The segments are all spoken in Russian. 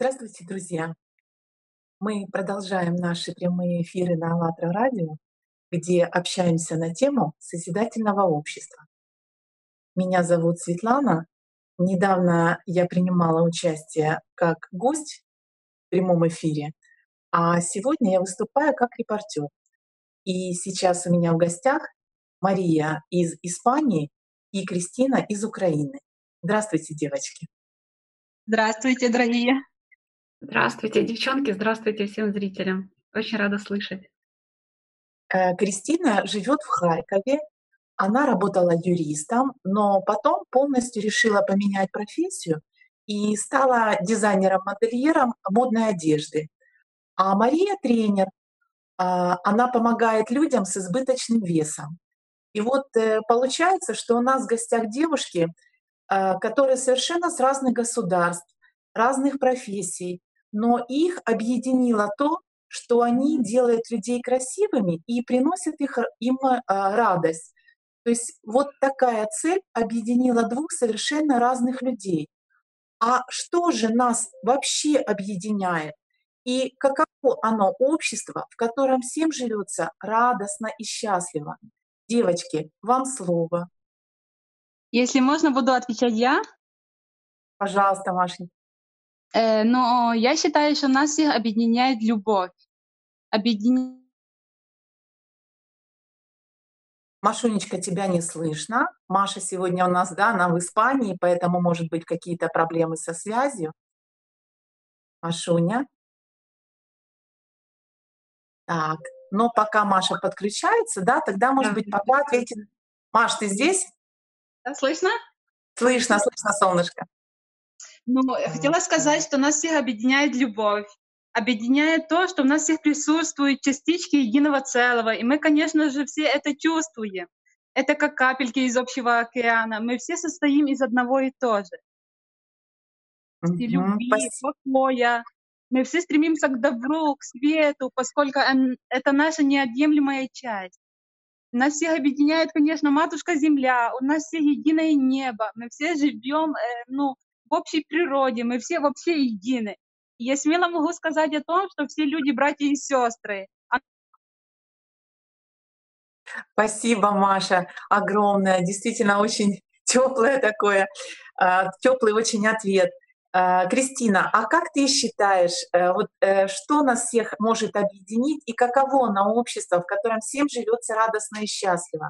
Здравствуйте, друзья! Мы продолжаем наши прямые эфиры на АЛЛАТРА радио, где общаемся на тему созидательного общества. Меня зовут Светлана. Недавно я принимала участие как гость в прямом эфире, а сегодня я выступаю как репортер. И сейчас у меня в гостях Мария из Испании и Кристина из Украины. Здравствуйте, девочки! Здравствуйте, дорогие! Здравствуйте, девчонки! Здравствуйте всем зрителям! Очень рада слышать. Кристина живет в Харькове. Она работала юристом, но потом полностью решила поменять профессию и стала дизайнером-модельером модной одежды. А Мария — тренер. Она помогает людям с избыточным весом. И вот получается, что у нас в гостях девушки, которые совершенно с разных государств, разных профессий, но их объединило то, что они делают людей красивыми и приносят им радость. То есть вот такая цель объединила двух совершенно разных людей. А что же нас вообще объединяет? И каково оно общество, в котором всем живется радостно и счастливо? Девочки, вам слово. Если можно, буду отвечать я. Пожалуйста, Машенька. Но я считаю, что нас всех объединяет любовь. Машунечка, тебя не слышно. Маша сегодня у нас, да, она в Испании, поэтому, может быть, какие-то проблемы со связью. Машуня? Так, но пока Маша подключается, да, тогда, может быть, пока ответит. Маш, ты здесь? Да, слышно? Слышно, слышно, солнышко. Ну, я хотела сказать, что нас всех объединяет любовь. Объединяет то, что у нас всех присутствуют частички единого целого. И мы, конечно же, все это чувствуем. Это как капельки из общего океана. Мы все состоим из одного и того же. Любви, покоя. Мы все стремимся к добру, к свету, поскольку это наша неотъемлемая часть. Нас всех объединяет, конечно, Матушка Земля, у нас всех единое небо, мы все живем в общей природе, мы все вообще едины. И я смело могу сказать о том, что все люди братья и сестры. Спасибо, Маша, огромное. Действительно, очень теплое такое, теплый очень ответ. Кристина, а как ты считаешь, что нас всех может объединить и каково оно общество, в котором всем живется радостно и счастливо?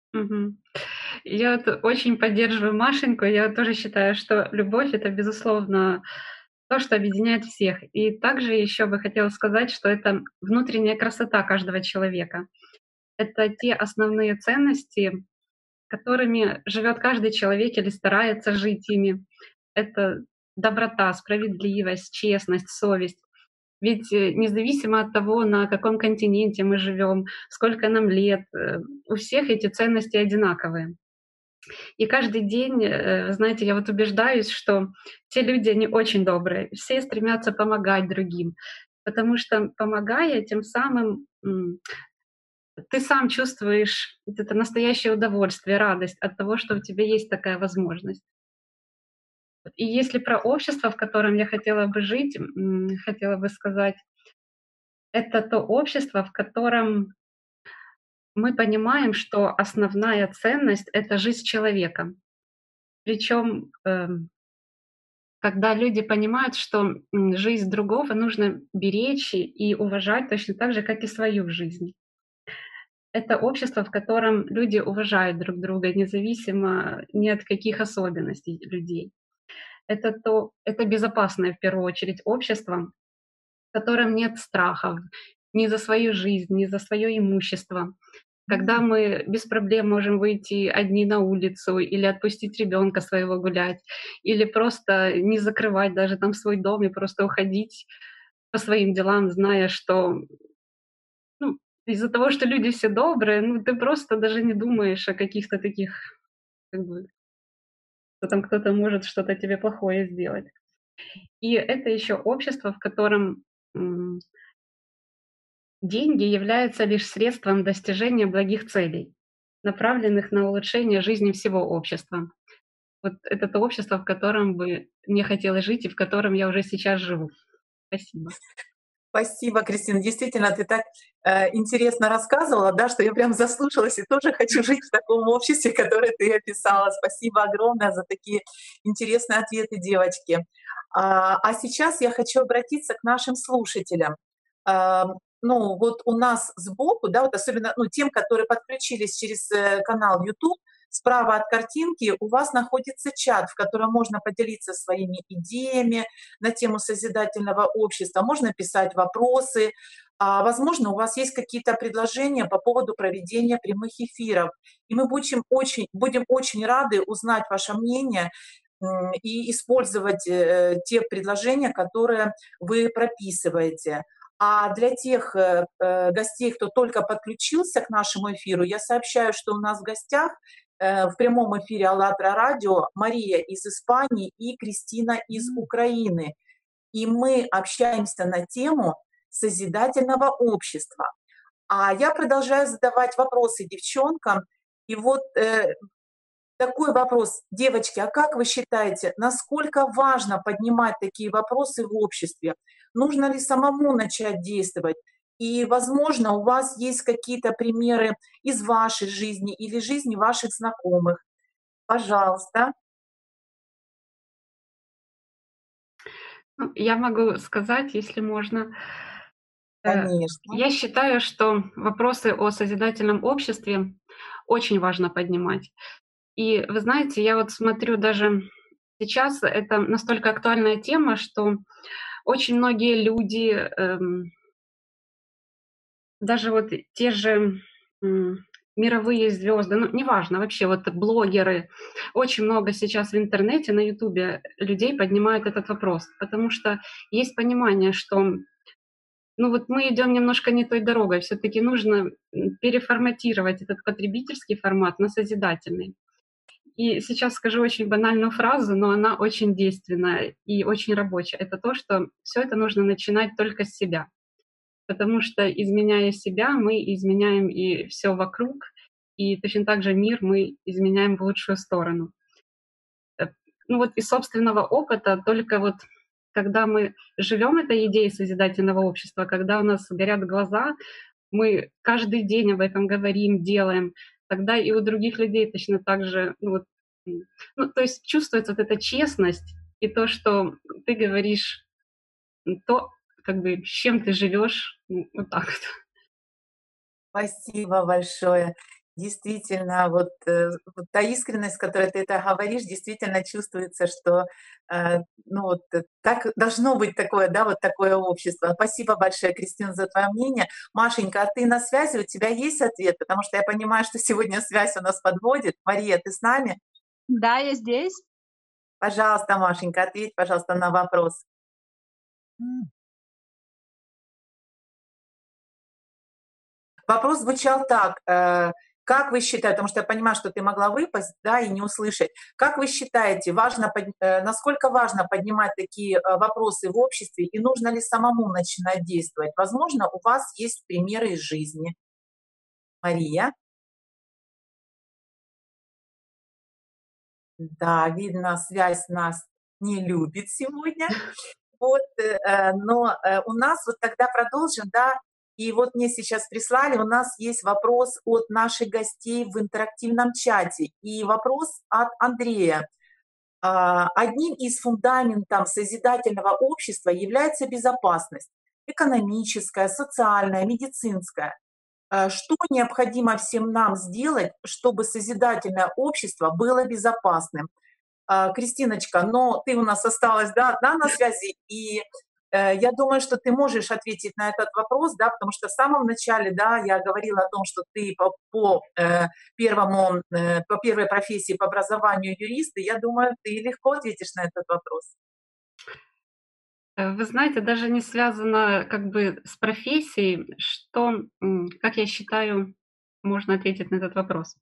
Я очень поддерживаю Машеньку. Я тоже считаю, что любовь — это, безусловно, то, что объединяет всех. И также еще бы хотела сказать, что это внутренняя красота каждого человека. Это те основные ценности, которыми живет каждый человек или старается жить ими. Это доброта, справедливость, честность, совесть. Ведь независимо от того, на каком континенте мы живем, сколько нам лет, у всех эти ценности одинаковые. И каждый день, знаете, я вот убеждаюсь, что те люди, они очень добрые, все стремятся помогать другим, потому что, помогая, тем самым ты сам чувствуешь вот это настоящее удовольствие, радость от того, что у тебя есть такая возможность. И если про общество, в котором я хотела бы жить, хотела бы сказать, это то общество, в котором мы понимаем, что основная ценность — это жизнь человека. Причем, когда люди понимают, что жизнь другого нужно беречь и уважать точно так же, как и свою жизнь. Это общество, в котором люди уважают друг друга, независимо ни от каких особенностей людей. Это безопасное, в первую очередь, общество, в котором нет страхов ни за свою жизнь, ни за свое имущество. Когда мы без проблем можем выйти одни на улицу или отпустить ребенка своего гулять, или просто не закрывать даже там свой дом и просто уходить по своим делам, зная, что из-за того, что люди все добрые, ты просто даже не думаешь о каких-то таких, что там кто-то может что-то тебе плохое сделать. И это еще общество, в котором деньги являются лишь средством достижения благих целей, направленных на улучшение жизни всего общества. Вот это то общество, в котором бы мне хотелось жить и в котором я уже сейчас живу. Спасибо. Спасибо, Кристина. Действительно, ты так интересно рассказывала, да, что я прям заслушалась и тоже хочу жить в таком обществе, которое ты описала. Спасибо огромное за такие интересные ответы, девочки. А сейчас я хочу обратиться к нашим слушателям. А, ну, вот у нас сбоку, да, вот особенно ну, тем, которые подключились через канал YouTube, справа от картинки у вас находится чат, в котором можно поделиться своими идеями на тему созидательного общества, можно писать вопросы, возможно, у вас есть какие-то предложения по поводу проведения прямых эфиров. И мы будем очень рады узнать ваше мнение и использовать те предложения, которые вы прописываете. А для тех гостей, кто только подключился к нашему эфиру, я сообщаю, что у нас в гостях в прямом эфире АЛЛАТРА радио Мария из Испании и Кристина из Украины. И мы общаемся на тему созидательного общества. А я продолжаю задавать вопросы девчонкам. И вот такой вопрос. Девочки, а как вы считаете, насколько важно поднимать такие вопросы в обществе? Нужно ли самому начать действовать? И, возможно, у вас есть какие-то примеры из вашей жизни или жизни ваших знакомых. Пожалуйста. Ну, я могу сказать, если можно. Конечно. Я считаю, что вопросы о созидательном обществе очень важно поднимать. И вы знаете, я вот смотрю даже сейчас, это настолько актуальная тема, что очень многие люди, даже вот те же мировые звезды, ну, неважно, вообще вот блогеры, очень много сейчас в интернете, на Ютубе людей поднимают этот вопрос, потому что есть понимание, что ну вот мы идем немножко не той дорогой, все-таки нужно переформатировать этот потребительский формат на созидательный. И сейчас скажу очень банальную фразу, но она очень действенная и очень рабочая. Это то, что все это нужно начинать только с себя. Потому что, изменяя себя, мы изменяем и все вокруг, и точно так же мир мы изменяем в лучшую сторону. Э, Ну вот из собственного опыта только вот когда мы живем этой идеей созидательного общества, когда у нас горят глаза, мы каждый день об этом говорим, делаем, тогда и у других людей точно так же, ну вот, ну, то есть чувствуется вот эта честность и то, что ты говоришь то, как бы, с чем ты живешь, вот так вот. Спасибо большое. Действительно, вот та искренность, с которой ты это говоришь, действительно чувствуется, что ну вот так должно быть такое, да, вот такое общество. Спасибо большое, Кристина, за твое мнение. Машенька, а ты на связи? У тебя есть ответ? Потому что я понимаю, что сегодня связь у нас подводит. Мария, ты с нами? Да, я здесь. Пожалуйста, Машенька, ответь, пожалуйста, на вопрос. Вопрос звучал так: как вы считаете, потому что я понимаю, что ты могла выпасть, да, и не услышать. Как вы считаете, насколько важно поднимать такие вопросы в обществе, и нужно ли самому начинать действовать? Возможно, у вас есть примеры из жизни. Мария? Да, видно, связь нас не любит сегодня. Вот, но у нас вот тогда продолжим, да. И вот мне сейчас прислали, у нас есть вопрос от наших гостей в интерактивном чате. И вопрос от Андрея. Одним из фундаментов созидательного общества является безопасность экономическая, социальная, медицинская. Что необходимо всем нам сделать, чтобы созидательное общество было безопасным? Кристиночка, но ты у нас осталась, да, на связи, и я думаю, что ты можешь ответить на этот вопрос, да, потому что в самом начале, да, я говорила о том, что ты по первой профессии, по образованию юрист, и я думаю, ты легко ответишь на этот вопрос. Вы знаете, даже не связано как бы с профессией, что, как я считаю, можно ответить на этот вопрос.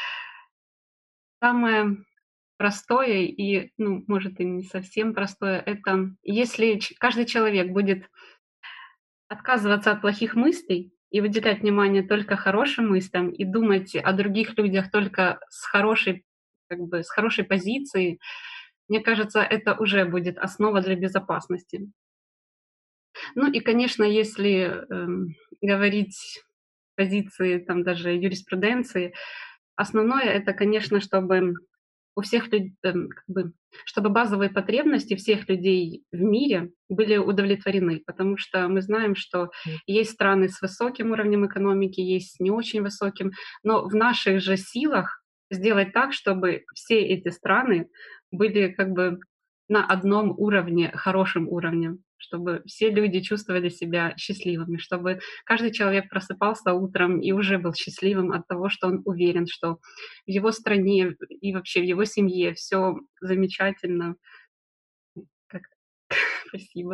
Самое простое и, ну, может, и не совсем простое, это если каждый человек будет отказываться от плохих мыслей и выделять внимание только хорошим мыслям и думать о других людях только с хорошей, как бы, с хорошей позиции, мне кажется, это уже будет основа для безопасности. Ну и, конечно, если говорить с позиции там даже юриспруденции, основное это, конечно, чтобы у всех как бы, чтобы базовые потребности всех людей в мире были удовлетворены, потому что мы знаем, что есть страны с высоким уровнем экономики, есть с не очень высоким, но в наших же силах сделать так, чтобы все эти страны были как бы на одном уровне, хорошем уровне, чтобы все люди чувствовали себя счастливыми, чтобы каждый человек просыпался утром и уже был счастливым от того, что он уверен, что в его стране и вообще в его семье все замечательно. Как Спасибо.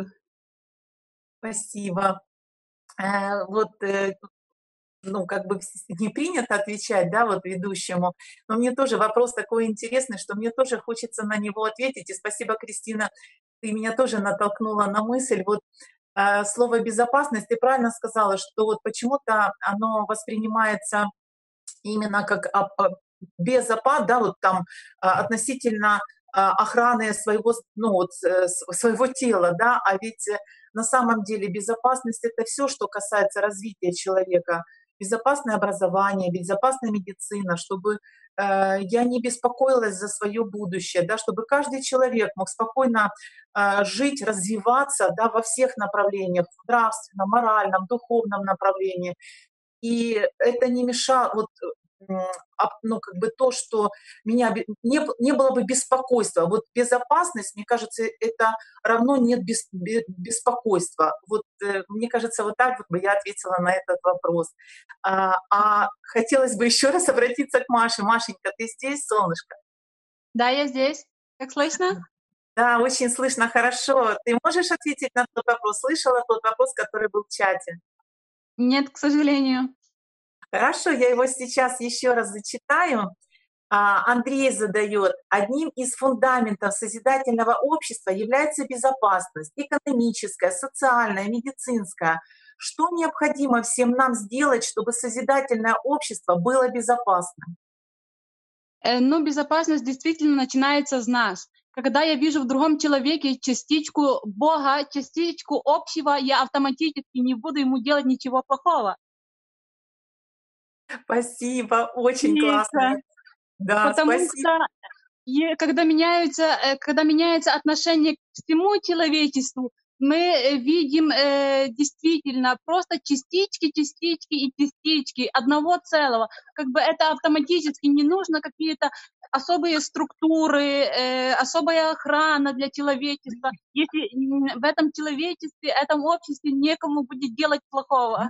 Спасибо. Вот, ну, как бы не принято отвечать, да, вот ведущему, но мне тоже вопрос такой интересный, что мне тоже хочется на него ответить. И спасибо, Кристина, ты меня тоже натолкнула на мысль. Вот слово «безопасность», ты правильно сказала, что вот почему-то оно воспринимается именно как безопасность, да, вот там относительно охраны своего, ну, вот, своего тела, да, а ведь на самом деле безопасность — это все, что касается развития человека. Безопасное образование, безопасная медицина, чтобы я не беспокоилась за свое будущее, да, чтобы каждый человек мог спокойно жить, развиваться, да, во всех направлениях, в нравственном, моральном, духовном направлении. И это не мешало, вот, ну, как бы то, что меня не было бы беспокойства. Вот безопасность, мне кажется, это равно нет беспокойства. Вот, мне кажется, вот так вот бы я ответила на этот вопрос. Хотелось бы еще раз обратиться к Маше. Машенька, ты здесь, солнышко? Да, я здесь. Как слышно? Да, очень слышно хорошо. Ты можешь ответить на тот вопрос? Слышала тот вопрос, который был в чате? Нет, к сожалению. Хорошо, я его сейчас еще раз зачитаю. Андрей задает: одним из фундаментов созидательного общества является безопасность экономическая, социальная, медицинская. Что необходимо всем нам сделать, чтобы созидательное общество было безопасным? Ну, безопасность действительно начинается с нас. Когда я вижу в другом человеке частичку Бога, частичку общего, я автоматически не буду ему делать ничего плохого. Спасибо, очень классно. Конечно. Да, Потому спасибо. что когда меняется отношение к всему человечеству, мы видим действительно просто частички и частички одного целого. Как бы это автоматически, не нужно какие-то особые структуры, особая охрана для человечества, если в этом человечестве, этом обществе некому будет делать плохого.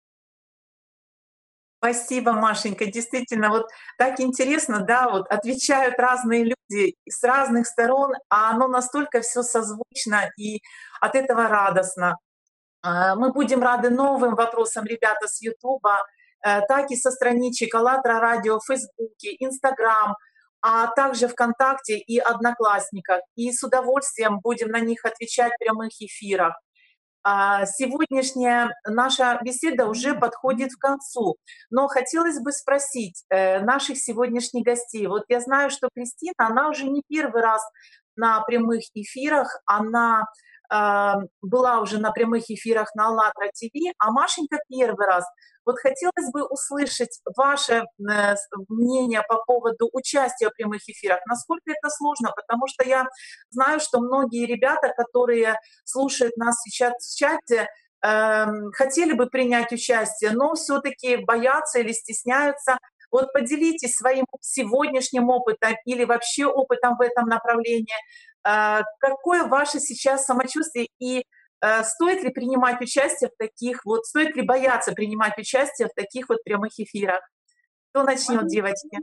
Спасибо, Машенька. Действительно, вот так интересно, да, вот отвечают разные люди с разных сторон, а оно настолько все созвучно, и от этого радостно. Мы будем рады новым вопросам, ребята, с Ютуба, так и со страничек АЛЛАТРА Радио в Фейсбуке, Инстаграм, а также ВКонтакте и Одноклассниках. И с удовольствием будем на них отвечать в прямых эфирах. Сегодняшняя наша беседа уже подходит к концу, но хотелось бы спросить наших сегодняшних гостей. Вот я знаю, что Кристина, она уже не первый раз на прямых эфирах, она была уже на прямых эфирах на АЛЛАТРА ТВ, а Машенька первый раз. Вот хотелось бы услышать ваше мнение по поводу участия в прямых эфирах. Насколько это сложно? Потому что я знаю, что многие ребята, которые слушают нас сейчас в чате, хотели бы принять участие, но все-таки боятся или стесняются. Вот поделитесь своим сегодняшним опытом или вообще опытом в этом направлении. Какое ваше сейчас самочувствие и стоит ли принимать участие в таких вот, стоит ли бояться принимать участие в таких вот прямых эфирах? Кто начнет, девочки?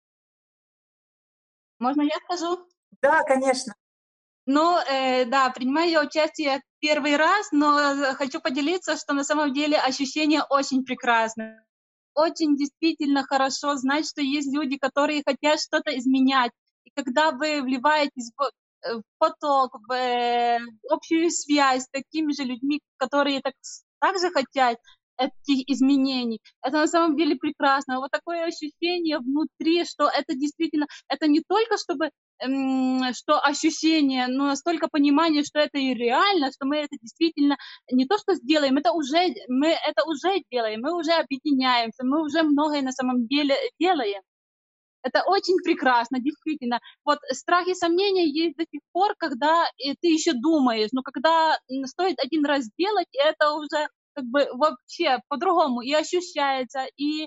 Можно я скажу? Да, конечно. Ну, да, принимаю я участие первый раз, но хочу поделиться, что на самом деле ощущение очень прекрасное. Очень действительно хорошо знать, что есть люди, которые хотят что-то изменять. И когда вы вливаетесь в поток, в общую связь с такими же людьми, которые также хотят этих изменений, это на самом деле прекрасно. Вот такое ощущение внутри, что это действительно, это не только чтобы что ощущение, но настолько понимание, что это и реально, что мы это действительно не то, что сделаем, мы это уже делаем, мы уже объединяемся, мы уже многое на самом деле делаем. Это очень прекрасно, действительно. Вот страх и сомнения есть до сих пор, когда ты еще думаешь, но когда стоит один раз сделать, это уже как бы вообще по-другому и ощущается, и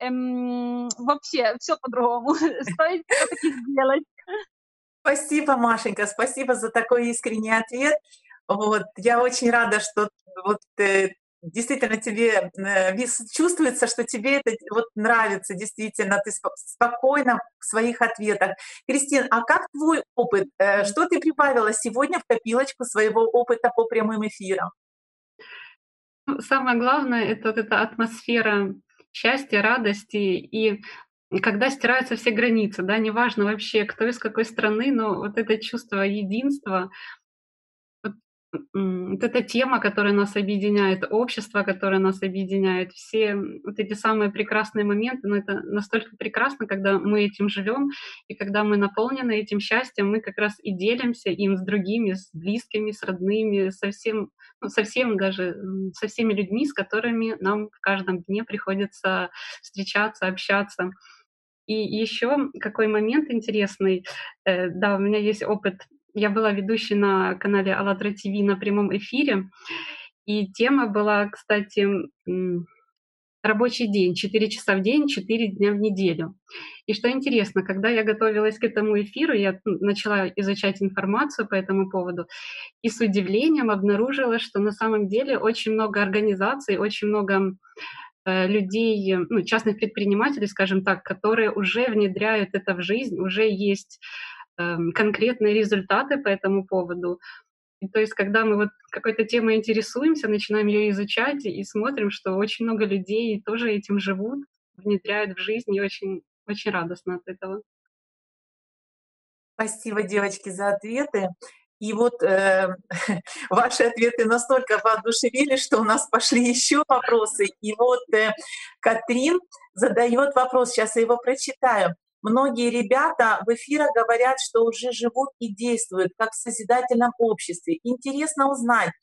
вообще все по-другому. Стоит все-таки сделать. Спасибо, Машенька, спасибо за такой искренний ответ. Вот, я очень рада, что вот, действительно тебе чувствуется, что тебе это вот нравится, действительно, ты спокойна в своих ответах. Кристин, а как твой опыт? Что ты прибавила сегодня в копилочку своего опыта по прямым эфирам? Ну, самое главное — это вот эта атмосфера счастья, радости, и когда стираются все границы, да, неважно вообще, кто из какой страны, но вот это чувство единства, вот, вот эта тема, которая нас объединяет, общество, которое нас объединяет, все вот эти самые прекрасные моменты, но это настолько прекрасно, когда мы этим живем, и когда мы наполнены этим счастьем, мы как раз и делимся им с другими, с близкими, с родными, со всем даже, со всеми людьми, с которыми нам в каждом дне приходится встречаться, общаться. И еще какой момент интересный. Да, у меня есть опыт. Я была ведущей на канале АЛЛАТРА ТВ на прямом эфире, и тема была, кстати, рабочий день, 4 часа в день, 4 дня в неделю. И что интересно, когда я готовилась к этому эфиру, я начала изучать информацию по этому поводу, и с удивлением обнаружила, что на самом деле очень много организаций, очень много людей, ну, частных предпринимателей, скажем так, которые уже внедряют это в жизнь, уже есть конкретные результаты по этому поводу. И то есть, когда мы вот какой-то темой интересуемся, начинаем ее изучать и смотрим, что очень много людей тоже этим живут, внедряют в жизнь, и очень, очень радостно от этого. Спасибо, девочки, за ответы. И вот ваши ответы настолько воодушевили, что у нас пошли еще вопросы. И вот Катрин задает вопрос, сейчас я его прочитаю. Многие ребята в эфирах говорят, что уже живут и действуют как в созидательном обществе. Интересно узнать,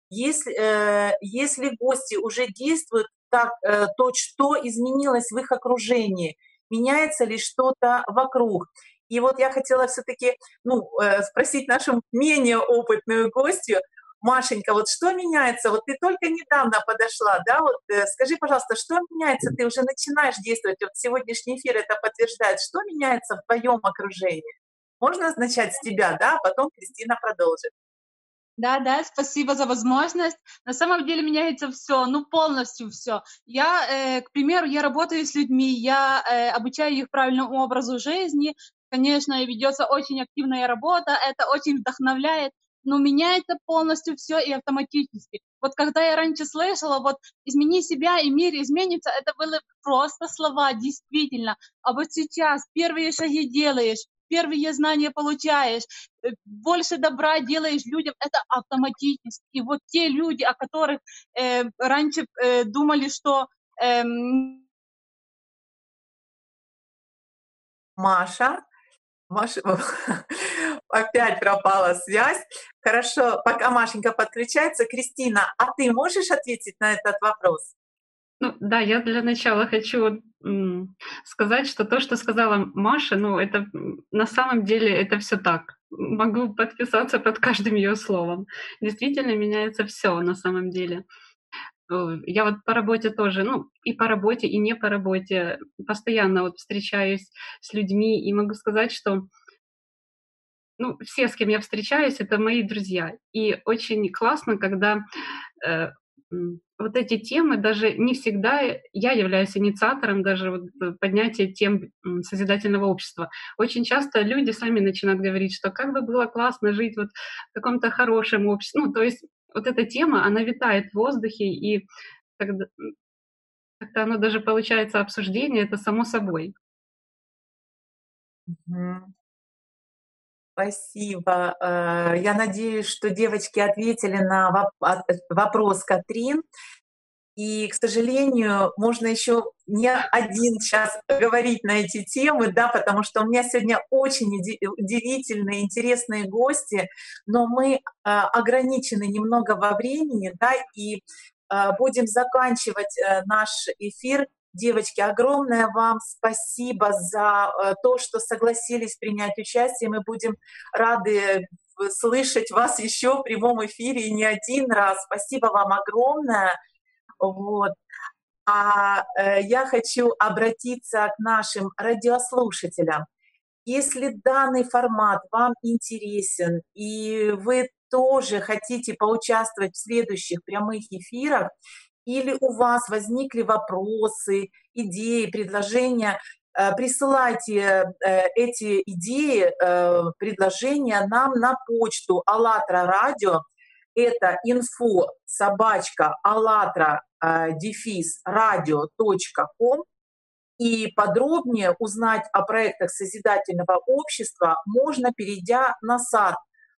если гости уже действуют так, то что изменилось в их окружении? Меняется ли что-то вокруг? И вот я хотела все-таки спросить нашу менее опытную гостью, Машенька, вот что меняется? Вот ты только недавно подошла, да? Вот скажи, пожалуйста, что меняется? Ты уже начинаешь действовать. Вот сегодняшний эфир это подтверждает. Что меняется в твоем окружении? Можно начать с тебя, да? А потом Кристина продолжит. Да, спасибо за возможность. На самом деле меняется все, ну полностью все. К примеру, я работаю с людьми, я обучаю их правильному образу жизни. Конечно, ведется очень активная работа, это очень вдохновляет, но меняется полностью все и автоматически. Вот когда я раньше слышала, вот измени себя и мир изменится, это были просто слова, действительно. А вот сейчас первые шаги делаешь, первые знания получаешь, больше добра делаешь людям, это автоматически. И вот те люди, о которых раньше думали, что... Маша, опять пропала связь. Хорошо, пока Машенька подключается. Кристина, а ты можешь ответить на этот вопрос? Ну да, я для начала хочу сказать, что то, что сказала Маша, ну это на самом деле это все так. Могу подписаться под каждым ее словом. Действительно меняется все на самом деле. Я вот по работе тоже, ну и по работе, и не по работе постоянно вот встречаюсь с людьми и могу сказать, что ну, все, с кем я встречаюсь, это мои друзья. И очень классно, когда вот эти темы, даже не всегда я являюсь инициатором даже вот поднятия тем созидательного общества. Очень часто люди сами начинают говорить, что как бы было классно жить вот в каком-то хорошем обществе. Ну, то есть вот эта тема, она витает в воздухе, и когда, как-то оно даже получается обсуждение, это само собой. Мгм. Спасибо. Я надеюсь, что девочки ответили на вопрос Катрин. И, к сожалению, можно еще не один час говорить на эти темы, да, потому что у меня сегодня очень удивительные, интересные гости, но мы ограничены немного во времени, да, и будем заканчивать наш эфир. Девочки, огромное вам спасибо за то, что согласились принять участие. Мы будем рады слышать вас еще в прямом эфире и не один раз. Спасибо вам огромное. Вот. Я хочу обратиться к нашим радиослушателям. Если данный формат вам интересен, и вы тоже хотите поучаствовать в следующих прямых эфирах, или у вас возникли вопросы, идеи, предложения, присылайте эти идеи, предложения нам на почту АЛЛАТРА радио. Это info@allatra-radio.com. И подробнее узнать о проектах Созидательного общества можно, перейдя на сайт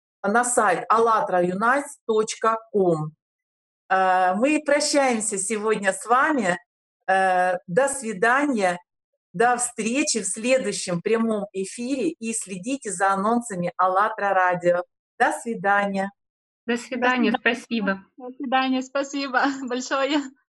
allatraunites.com. Мы прощаемся сегодня с вами. До свидания. До встречи в следующем прямом эфире и следите за анонсами АЛЛАТРА радио. До свидания. До свидания, спасибо. До свидания, спасибо большое.